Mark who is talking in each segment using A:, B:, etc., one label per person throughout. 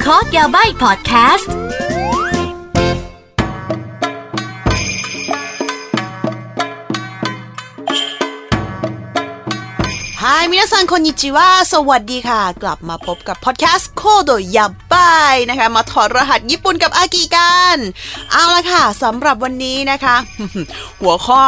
A: คอร์สยาใบพอดแคสต์
B: ฮายมินาซังคอนนิจิวะสวัสดีค่ะกลับมาพบกับพอดแคสต์โคโดยาบายนะคะมาถอดรหัสญี่ปุ่นกับอากิกันเอาละค่ะสำหรับวันนี้นะคะ หัวข้อ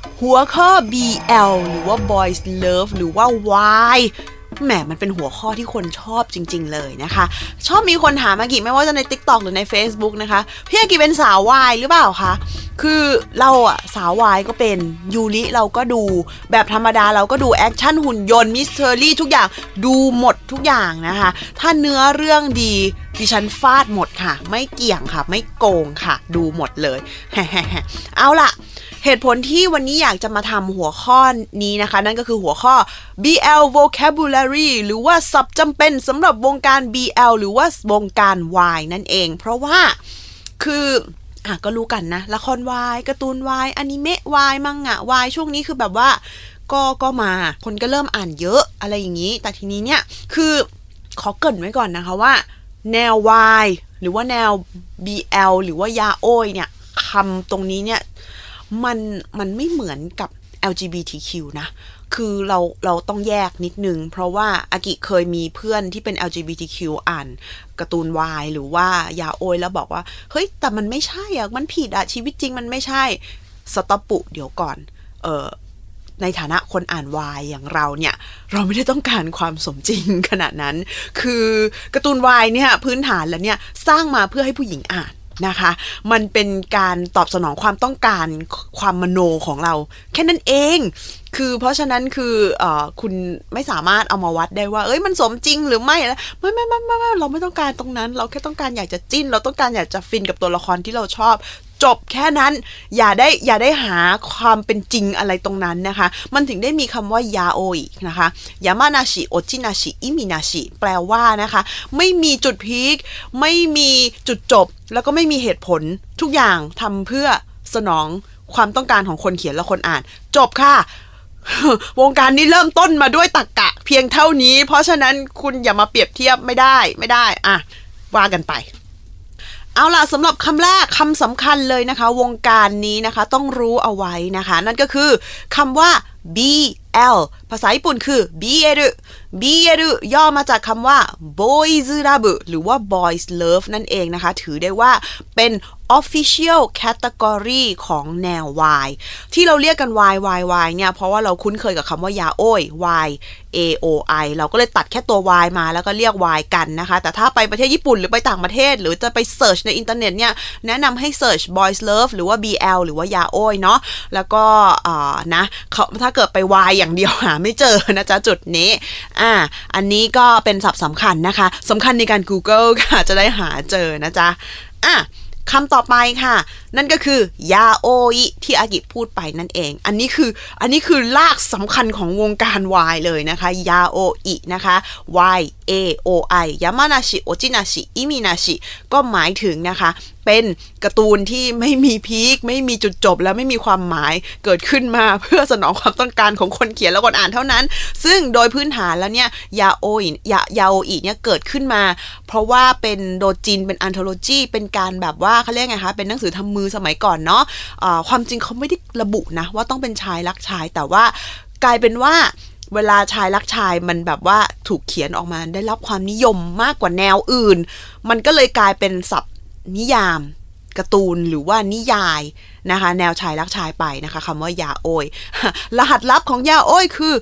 B: BL หรือว่า Boys Love หรือว่า Yแหมมันเป็นหัวข้อที่คนชอบจริงๆเลยนะคะชอบมีคนถามอากิไม่ว่าจะใน TikTok หรือใน Facebook นะคะพี่อากิเป็นสาววายหรือเปล่าคะคือเราอะสาววายก็เป็นยูริเราก็ดูแบบธรรมดาเราก็ดูแอคชั่นหุ่นยนต์มิสเทอรี่ทุกอย่างดูหมดทุกอย่างนะคะถ้าเนื้อเรื่องดีดิฉันฟาดหมดค่ะไม่เกี่ยงค่ะไม่โกงค่ะดูหมดเลย เอาล่ะเหตุผลที่วันนี้อยากจะมาทำหัวข้อนี้นะคะนั่นก็คือหัวข้อ BL vocabulary หรือว่าศัพท์จำเป็นสำหรับวงการ BL หรือว่าวงการ Y นั่นเองเพราะว่าคือก็รู้กันนะละคร Y การ์ตูน Y อนิเมะ Y มังงะ Y ช่วงนี้คือแบบว่าก็มาคนก็เริ่มอ่านเยอะอะไรอย่างนี้แต่ทีนี้เนี่ยคือขอเกริ่นไว้ก่อนนะคะว่าแนว Y หรือว่าแนว BL หรือว่ายาโอยเนี่ยคำตรงนี้เนี่ยมันไม่เหมือนกับ LGBTQ นะคือเราต้องแยกนิดนึงเพราะว่าอากิเคยมีเพื่อนที่เป็น LGBTQ อ่านการ์ตูน Y หรือว่ายาโอยแล้วบอกว่าเฮ้ยแต่มันไม่ใช่อ่ะมันผิดอ่ะชีวิตจริงมันไม่ใช่สต็อปปุเดี๋ยวก่อนในฐานะคนอ่าน Y อย่างเราเนี่ยเราไม่ได้ต้องการความสมจริงขนาดนั้นคือการ์ตูน Y เนี่ยพื้นฐานแล้วเนี่ยสร้างมาเพื่อให้ผู้หญิงอ่านนะคะมันเป็นการตอบสนองความต้องการความมโนของเราแค่นั้นเองคือเพราะฉะนั้นคือคุณไม่สามารถเอามาวัดได้ว่ามันสมจริงหรือไม่ไม่เราไม่ต้องการตรงนั้นเราแค่ต้องการอยากจะจิ้นเราต้องการอยากจะฟินกับตัวละครที่เราชอบจบแค่นั้นอย่าได้หาความเป็นจริงอะไรตรงนั้นนะคะมันถึงได้มีคำว่ายาโอยนะคะยามานาชิโอจินาชิอิมินาชิแปลว่านะคะไม่มีจุดพีคไม่มีจุดจบแล้วก็ไม่มีเหตุผลทุกอย่างทำเพื่อสนองความต้องการของคนเขียนและคนอ่านจบค่ะ วงการนี้เริ่มต้นมาด้วยตรรกะเพียงเท่านี้เพราะฉะนั้นคุณอย่ามาเปรียบเทียบไม่ได้อ่ะว่ากันไปเอาล่ะสำหรับคำแรกคำสำคัญเลยนะคะวงการนี้นะคะต้องรู้เอาไว้นะคะนั่นก็คือคำว่า BL ภาษาญี่ปุ่นคือ BL ย่อมาจากคำว่า Boys Love หรือว่า Boys Love นั่นเองนะคะถือได้ว่าเป็น official category ของแนว Y ที่เราเรียกกัน Y เนี่ยเพราะว่าเราคุ้นเคยกับคำว่ายาโอย Y AOI เราก็เลยตัดแค่ตัว Y มาแล้วก็เรียก Y กันนะคะแต่ถ้าไปประเทศญี่ปุ่นหรือไปต่างประเทศหรือจะไปเสิร์ชในอินเทอร์เน็ตเนี่ยแนะนำให้เสิร์ช Boys Love หรือว่า BL หรือว่ายาโอยเนาะแล้วก็นะถ้าเกิดไป Y อย่างเดียวหาไม่เจอนะจ๊ะจุดนี้อันนี้ก็เป็นศัพท์สำคัญนะคะสำคัญในการ Google ค่ะจะได้หาเจอนะจ๊ะคำต่อไปค่ะนั่นก็คือยาโอยที่อากิพูดไปนั่นเองอันนี้คือรากสำคัญของวงการ Y เลยนะคะยาโอยนะคะ Y A O I ยามานาชิโอจินาชิอิมินาชิก็หมายถึงนะคะเป็นการ์ตูนที่ไม่มีพีคไม่มีจุดจบและไม่มีความหมายเกิดขึ้นมาเพื่อสนองความต้องการของคนเขียนและคนอ่านเท่านั้นซึ่งโดยพื้นฐานแล้วเนี่ยยาโอยเนี่ยเกิดขึ้นมาเพราะว่าเป็นโดจินเป็นอันโทโลจีเป็นการแบบว่าเขาเรียกไงคะเป็นหนังสือทำมือสมัยก่อนเนาะความจริงเขาไม่ได้ระบุนะว่าต้องเป็นชายรักชายแต่ว่ากลายเป็นว่าเวลาชายรักชายมันแบบว่าถูกเขียนออกมาได้รับความนิยมมากกว่าแนวอื่นมันก็เลยกลายเป็นศัพท์นิยามการ์ตูนหรือว่านิยายนะคะแนวชายรักชายไปนะคะคำว่ายาโอยรหัสลับของยาโอยคือ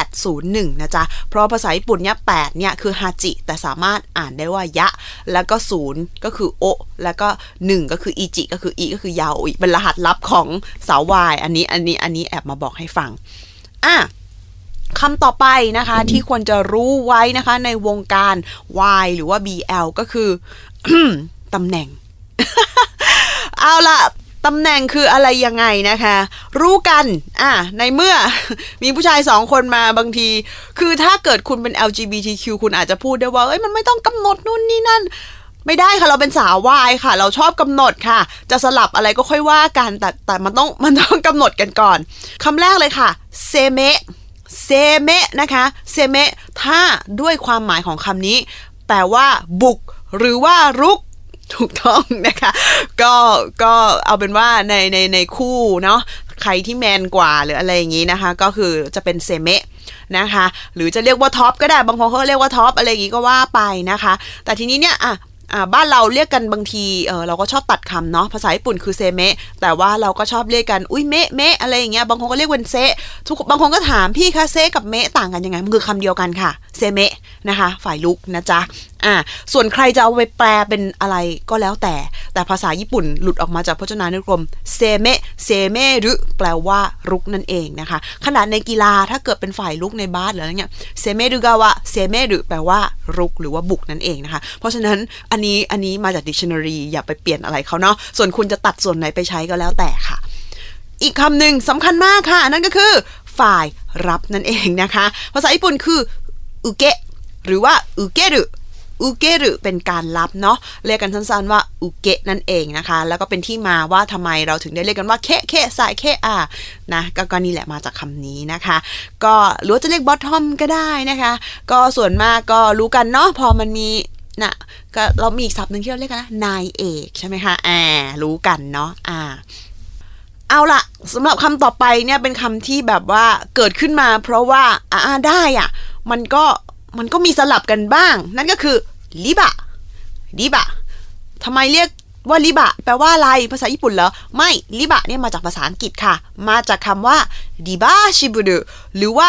B: 801นะจ๊ะเพราะภาษาญี่ปุ่นเนี่ย8เนี่ยคือฮาจิแต่สามารถอ่านได้ว่ายะแล้วก็0ก็คือโอแล้วก็1ก็คืออิจิก็คืออีก็คือยาโอยเป็นรหัสลับของสาววายอันนี้แอบมาบอกให้ฟังคำต่อไปนะคะที่ควรจะรู้ไว้นะคะในวงการ Y หรือว่า BL ก็คือ ตำแหน่ง เอาล่ะตำแหน่งคืออะไรยังไงนะคะรู้กันในเมื่อ มีผู้ชาย2คนมาบางทีคือถ้าเกิดคุณเป็น LGBTQ คุณอาจจะพูดได้ว่ามันไม่ต้องกำหนดนู่นนี่นั่นไม่ได้ค่ะเราเป็นสาววายค่ะเราชอบกำหนดค่ะจะสลับอะไรก็ค่อยว่ากันแต่มันต้องกำหนดกันก่อนคำแรกเลยค่ะเซเมะนะคะเซเมะถ้าด้วยความหมายของคำนี้แปลว่าบุกหรือว่ารุกถูกต้องนะคะก็เอาเป็นว่าในคู่เนาะใครที่แมนกว่าหรืออะไรอย่างงี้นะคะก็คือจะเป็นเซเมะนะคะหรือจะเรียกว่าท็อปก็ได้บางคนเขาเรียกว่าท็อปอะไรอย่างงี้ก็ว่าไปนะคะแต่ทีนี้เนี่ยบ้านเราเรียกกันบางทีเราก็ชอบตัดคำเนาะภาษาญี่ปุ่นคือเซเมะแต่ว่าเราก็ชอบเรียกกันอุ้ยเมะอะไรอย่างเงี้ยบางคนก็เรียกเป็นเซะบางคนก็ถามพี่คะเซกับเมะต่างกันยังไงมันคือคำเดียวกันค่ะเซเมะนะคะฝ่ายลุกนะจ๊ะส่วนใครจะเอาไปแปลเป็นอะไรก็แล้วแต่ภาษาญี่ปุ่นหลุดออกมาจากพจนานุกรมเซเมะรุแปลว่ารุกนั่นเองนะคะขนาดในกีฬาถ้าเกิดเป็นฝ่ายลุกในบาสหรืออะไรเงี้ยเซเมรุกาวะเซเมรุแปลว่ารุกหรือว่าบุกนั่นเองนะคะเพราะฉะนั้นอันนี้มาจาก dictionary อย่าไปเปลี่ยนอะไรเขาเนาะส่วนคุณจะตัดส่วนไหนไปใช้ก็แล้วแต่ค่ะอีกคำหนึ่งสำคัญมากค่ะนั่นก็คือฝ่ายรับนั่นเองนะคะภาษาญี่ปุ่นคืออุเกะหรือว่าอุเกรุเป็นการรับเนาะเรียกกันสั้นๆว่าอุเกะนั่นเองนะคะแล้วก็เป็นที่มาว่าทำไมเราถึงได้เรียกกันว่าเคสายเคนะก็นี่แหละมาจากคำนี้นะคะก็หรือจะเรียก bottom ก็ได้นะคะก็ส่วนมากก็รู้กันเนาะพอมันมีก็เรามีอีกศัพท์หนึ่งที่เราเรียกกันนะนายเอกใช่ไหมคะรู้กันเนาะเอาล่ะสำหรับคำต่อไปเนี่ยเป็นคำที่แบบว่าเกิดขึ้นมาเพราะว่าได้มันก็มีสลับกันบ้างนั่นก็คือริบะทำไมเรียกว่าริบะแปลว่าอะไรภาษาญี่ปุ่นเหรอไม่ริบะเนี่ยมาจากภาษาอังกฤษค่ะมาจากคำว่าริบาชิบุรุหรือว่า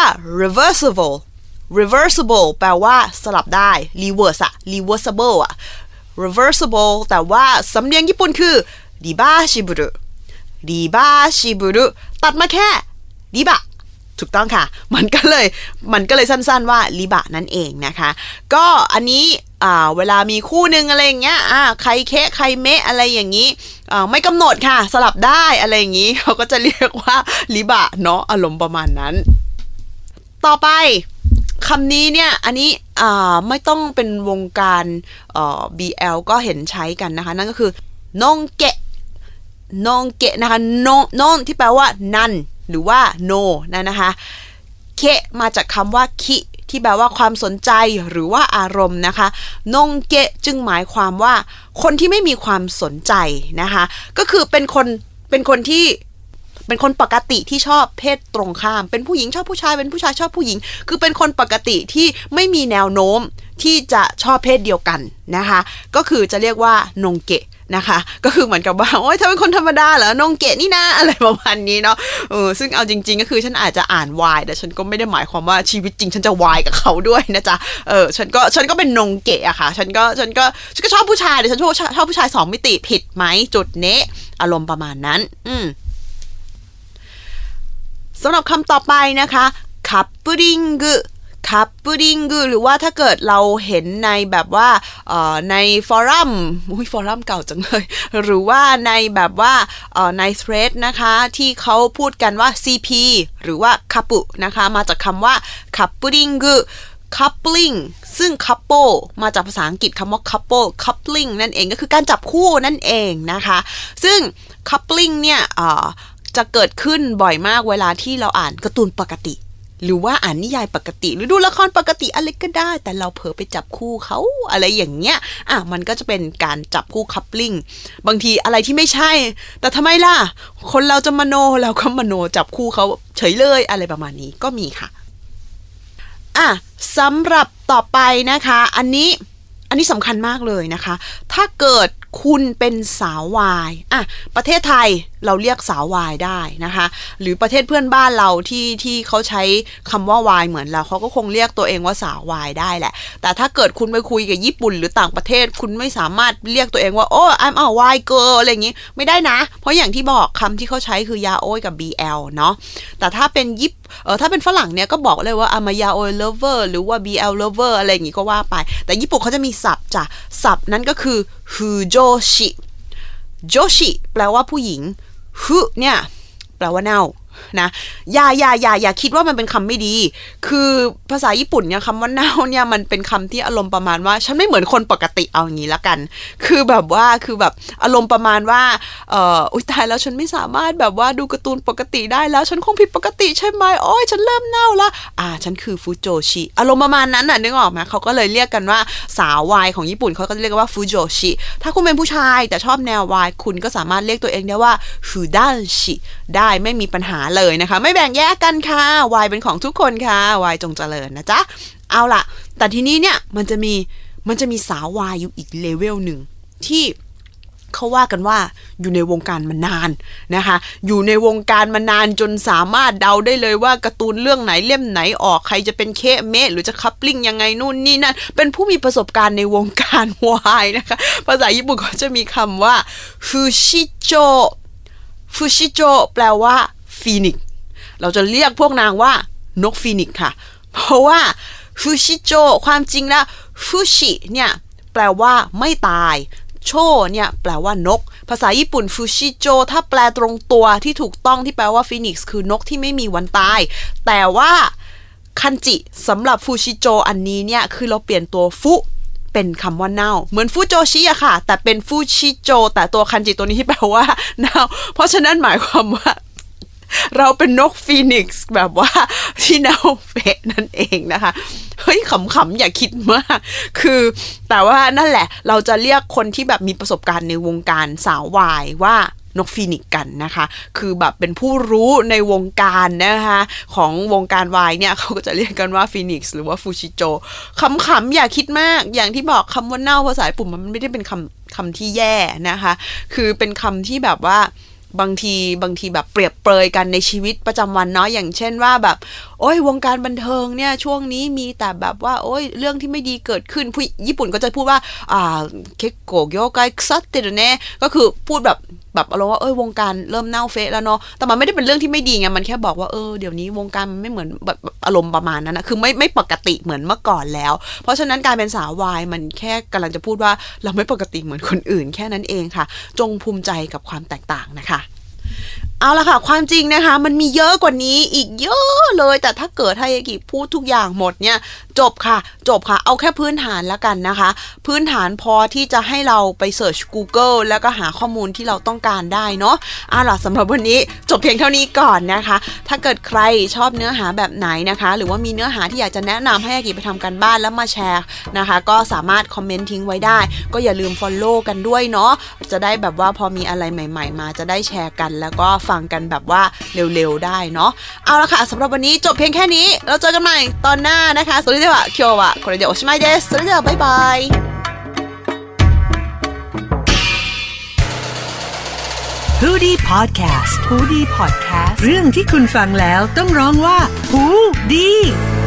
B: reversible แปลว่าสลับได้ reversible reversible แต่ว่าสำเนียงญี่ปุ่นคือริบาชิบุรุตัดมาแค่ริบะถูกต้องค่ะมันก็เลยสั้นๆว่าริบะนั่นเองนะคะก็อันนี้เวลามีคู่นึงอะไรอย่างเงี้ยใครเคใครเมะอะไรอย่างงี้ไม่กำหนดค่ะสลับได้อะไรอย่างงี้เขาก็จะเรียกว่าริบะเนาะอารมณ์ประมาณนั้นต่อไปคำนี้เนี่ยอันนี้ไม่ต้องเป็นวงการBL ก็เห็นใช้กันนะคะนั่นก็คือนงเกะนะคะนงที่แปลว่านั่นหรือว่า no นั่นนะคะเคมาจากคำว่าคิที่แปลว่าความสนใจหรือว่าอารมณ์นะคะนงเกะจึงหมายความว่าคนที่ไม่มีความสนใจนะคะก็คือเป็นคนที่เป็นคนปกติที่ชอบเพศตรงข้ามเป็นผู้หญิงชอบผู้ชายเป็นผู้ชายชอบผู้หญิงคือเป็นคนปกติที่ไม่มีแนวโน้มที่จะชอบเพศเดียวกันนะคะก็คือจะเรียกว่านงเกะนะคะก็คือเหมือนกับว่าโอ๊ยเธอเป็นคนธรรมดาเหรอนงเกะนี่นะอะไรประมาณนี้เนาะซึ่งเอาจริงๆก็คือฉันอาจจะอ่านวายแต่ฉันก็ไม่ได้หมายความว่าชีวิตจริงฉันจะวายกับเขาด้วยนะจ๊ะฉันก็เป็นนงเกะอะค่ะฉันก็ชอบผู้ชายแต่ฉันชอบผู้ชาย2มิติผิดไหมจุดเนะอารมณ์ประมาณนั้นสำหรับคำต่อไปนะคะคัพปูริงกุหรือว่าถ้าเกิดเราเห็นในแบบว่าในฟอรัมเก่าจังเลยหรือว่าในแบบว่าใน thread นะคะที่เขาพูดกันว่า CP หรือว่าคัปปุนะคะมาจากคำว่าคัพปูริงกุ coupling ซึ่ง couple มาจากภาษาอังกฤษคำว่า coupling นั่นเองก็คือการจับคู่นั่นเองนะคะซึ่ง coupling เนี่ยจะเกิดขึ้นบ่อยมากเวลาที่เราอ่านการ์ตูนปกติหรือว่าอ่านนิยายปกติหรือดูละครปกติอะไรก็ได้แต่เราเผลอไปจับคู่เขาอะไรอย่างเงี้ยมันก็จะเป็นการจับคู่ coupling บางทีอะไรที่ไม่ใช่แต่ทำไมล่ะคนเราจะมโนเราก็มโนจับคู่เขาเฉยเลยอะไรประมาณนี้ก็มีค่ะสำหรับต่อไปนะคะอันนี้สำคัญมากเลยนะคะถ้าเกิดคุณเป็นสาววายประเทศไทยเราเรียกสาววายได้นะคะหรือประเทศเพื่อนบ้านเราที่เขาใช้คำว่าวายเหมือนเราเขาก็คงเรียกตัวเองว่าสาววายได้แหละแต่ถ้าเกิดคุณไปคุยกับญี่ปุ่นหรือต่างประเทศคุณไม่สามารถเรียกตัวเองว่าI'm a why girl อะไรอย่างงี้ไม่ได้นะเพราะอย่างที่บอกคำที่เขาใช้คือยาโอยกับ BL เนาะแต่ถ้าเป็นถ้าเป็นฝรั่งเนี่ยก็บอกเลยว่าI'm a yaoi lover หรือว่า BL lover อะไรอย่างงี้ก็ว่าไปแต่ญี่ปุ่นเขาจะมีศัพท์จ้ะศัพท์นั้นก็คือฟูโจชิแปลว่าผู้หญิงฮึเนี่ยแปลว่าเน่านะอย่าคิดว่ามันเป็นคำไม่ดีคือภาษาญี่ปุ่นเนี่ยคำว่าเน่าเนี่ยมันเป็นคำที่อารมณ์ประมาณว่าฉันไม่เหมือนคนปกติเอาอย่างนี้ละกันคือแบบอารมณ์ประมาณว่าอุ๊ยตายแล้วฉันไม่สามารถแบบว่าดูการ์ตูนปกติได้แล้วฉันคงผิดปกติใช่ไหมโอ้ยฉันเริ่มเน่าละฉันคือฟูโจชิอารมณ์ประมาณนั้นน่ะนึกออกไหมเขาก็เลยเรียกกันว่าสาววายของญี่ปุ่นเขาก็เรียกว่าฟูโจชิถ้าคุณเป็นผู้ชายแต่ชอบแนววายคุณก็สามารถเรียกตัวเองได้ว่าฟูดันชิได้ไม่มีปัญหาเลยนะคะไม่แบ่งแยกกันค่ะวายเป็นของทุกคนค่ะวายจงเจริญนะจ๊ะเอาล่ะแต่ทีนี้เนี่ยมันจะมีสาววายอยู่อีกเลเวลหนึ่งที่เขาว่ากันว่าอยู่ในวงการมานานนะคะอยู่ในวงการมานานจนสามารถเดาได้เลยว่าการ์ตูนเรื่องไหนเล่มไหนออกใครจะเป็นเคเมะหรือจะคัพลิ่งยังไงนู่นนี่นั่นเป็นผู้มีประสบการณ์ในวงการวายนะคะภาษาญี่ปุ่นเขาจะมีคำว่าฟูชิโจแปลว่าฟีนิกซ์เราจะเรียกพวกนางว่านกฟีนิกซ์ค่ะเพราะว่าฟูชิโจความจริงแล้วฟูชิเนี่ยแปลว่าไม่ตายโชเนี่ยแปลว่านกภาษาญี่ปุ่นฟูชิโจถ้าแปลตรงตัวที่ถูกต้องที่แปลว่าฟีนิกซ์คือนกที่ไม่มีวันตายแต่ว่าคันจิสำหรับฟูชิโจอันนี้เนี่ยคือเราเปลี่ยนตัวฟุเป็นคำว่าเน่าเหมือนฟูโจชิอะค่ะแต่เป็นฟูชิโจแต่ตัวคันจิตัวนี้ที่แปลว่าเน่าเพราะฉะนั้นหมายความว่าเราเป็นนกฟีนิกซ์แบบว่าที่เน่าเฟะนั่นเองนะคะเฮ้ยขำๆอย่าคิดมากคือแต่ว่านั่นแหละเราจะเรียกคนที่แบบมีประสบการณ์ในวงการสาววายว่านกฟีนิกซ์กันนะคะคือแบบเป็นผู้รู้ในวงการนะคะของวงการวายเนี่ยเขาก็จะเรียกกันว่าฟีนิกซ์หรือว่าฟูชิโจขำๆอย่าคิดมากอย่างที่บอกคำว่าเน่าภาษาญี่ปุ่นมันไม่ได้เป็นคำที่แย่นะคะคือเป็นคำที่แบบว่าบางทีแบบเปรียบเปรยกันในชีวิตประจำวันเนาะอย่างเช่นว่าแบบโอ้ยวงการบันเทิงเนี่ยช่วงนี้มีแต่แบบว่าโอ้ยเรื่องที่ไม่ดีเกิดขึ้นผู้ญี่ปุ่นก็จะพูดว่าเคโกะโยไกซัตเตอร์เน่ก็คือพูดแบบอารมณ์ว่าเอ้ยวงการเริ่มเน่าเฟะแล้วเนาะแต่มันไม่ได้เป็นเรื่องที่ไม่ดีไงมันแค่บอกว่าเดี๋ยวนี้วงการมันไม่เหมือนแบบอารมณ์ประมาณนั้นนะคือไม่ปกติเหมือนเมื่อก่อนแล้วเพราะฉะนั้นการเป็นสาววายมันแค่กำลังจะพูดว่าเราไม่ปกติเหมือนคนอื่นแค่นั้นเองค่ะจงภูมิใจกับความแตกต่างนะคะเอาละค่ะความจริงนะคะมันมีเยอะกว่านี้อีกเยอะเลยแต่ถ้าเกิดให้อากิพูดทุกอย่างหมดเนี่ยจบค่ะเอาแค่พื้นฐานแล้วกันนะคะพื้นฐานพอที่จะให้เราไปเสิร์ช Google แล้วก็หาข้อมูลที่เราต้องการได้เนาะเอาล่ะสำหรับวันนี้จบเพียงเท่านี้ก่อนนะคะถ้าเกิดใครชอบเนื้อหาแบบไหนนะคะหรือว่ามีเนื้อหาที่อยากจะแนะนำให้อากิไปทำการบ้านแล้วมาแชร์นะคะก็สามารถคอมเมนต์ทิ้งไว้ได้ก็อย่าลืม follow กันด้วยเนาะจะได้แบบว่าพอมีอะไรใหม่ๆมาจะได้แชร์กันแล้วก็ฟังกันแบบว่าเร็วๆได้เนาะเอาละค่ะสำหรับวันนี้จบเพียงแค่นี้เราเจอกันใหม่ตอนหน้านะคะそれでは今日はこれでおしまいです。それではバイバイ。
C: Hoodie Podcast เรื่องที่คุณฟังแล้วต้องร้องว่าหูดี